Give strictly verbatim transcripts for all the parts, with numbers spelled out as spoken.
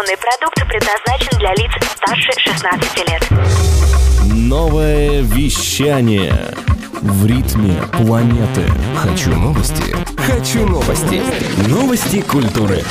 Информационный продукт предназначен для лиц старше шестнадцати лет. Новое вещание в ритме планеты. Хочу новости. Хочу новости. Новости культуры.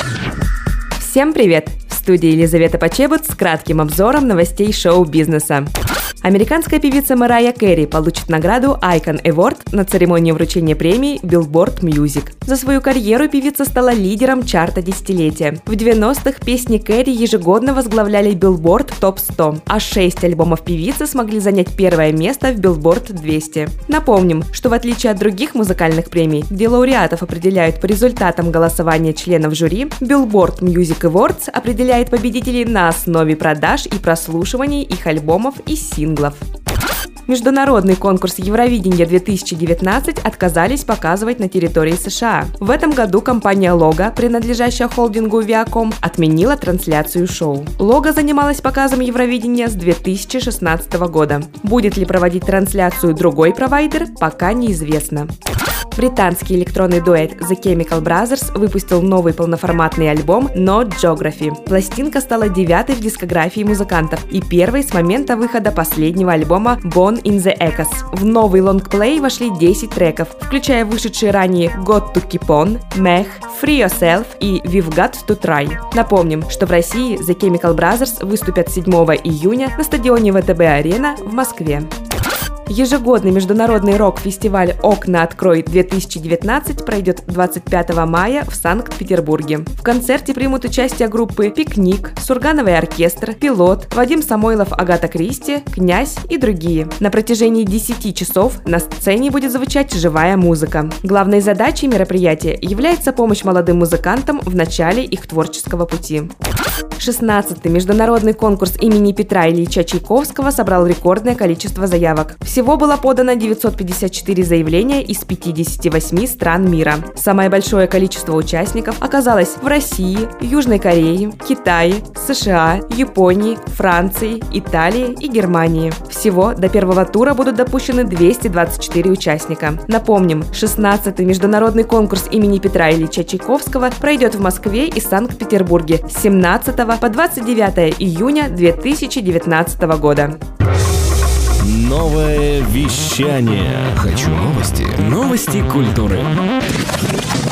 Всем привет! В студии Елизавета Почебут с кратким обзором новостей шоу-бизнеса. Американская певица Марайя Кэрри получит награду Icon Award на церемонии вручения премии Billboard Music. За свою карьеру певица стала лидером чарта десятилетия. В девяностых песни Кэрри ежегодно возглавляли Billboard топ сто, а шесть альбомов певицы смогли занять первое место в Billboard двести. Напомним, что в отличие от других музыкальных премий, где лауреатов определяют по результатам голосования членов жюри, Billboard Music Awards определяет победителей на основе продаж и прослушиваний их альбомов и синглов. Международный конкурс Евровидения две тысячи девятнадцать отказались показывать на территории США. В этом году компания Лого, принадлежащая холдингу Viacom, отменила трансляцию шоу. Лого занималась показом Евровидения с две тысячи шестнадцатого года. Будет ли проводить трансляцию другой провайдер, пока неизвестно. Британский электронный дуэт The Chemical Brothers выпустил новый полноформатный альбом No Geography. Пластинка стала девятой в дискографии музыкантов и первой с момента выхода последнего альбома Born in the Echoes. В новый лонгплей вошли десять треков, включая вышедшие ранее Got to Keep On, Meh, Free Yourself и We've Got to Try. Напомним, что в России The Chemical Brothers выступят седьмого июня на стадионе вэ тэ бэ-арена в Москве. Ежегодный международный рок-фестиваль «Окна открой-две тысячи девятнадцать» пройдет двадцать пятого мая в Санкт-Петербурге. В концерте примут участие группы «Пикник», «Сургановый оркестр», «Пилот», Вадим Самойлов, Агата Кристи, «Князь» и другие. На протяжении десяти часов на сцене будет звучать живая музыка. Главной задачей мероприятия является помощь молодым музыкантам в начале их творческого пути. шестнадцатый международный конкурс имени Петра Ильича Чайковского собрал рекордное количество заявок. Всего было подано девятьсот пятьдесят четыре заявления из пятидесяти восьми стран мира. Самое большое количество участников оказалось в России, Южной Корее, Китае, США, Японии, Франции, Италии и Германии. Всего до первого тура будут допущены двести двадцать четыре участника. Напомним, шестнадцатый международный конкурс имени Петра Ильича Чайковского пройдет в Москве и Санкт-Петербурге с семнадцатого по двадцать девятое июня две тысячи девятнадцатого года. Новое вещание. Хочу новости. Новости культуры.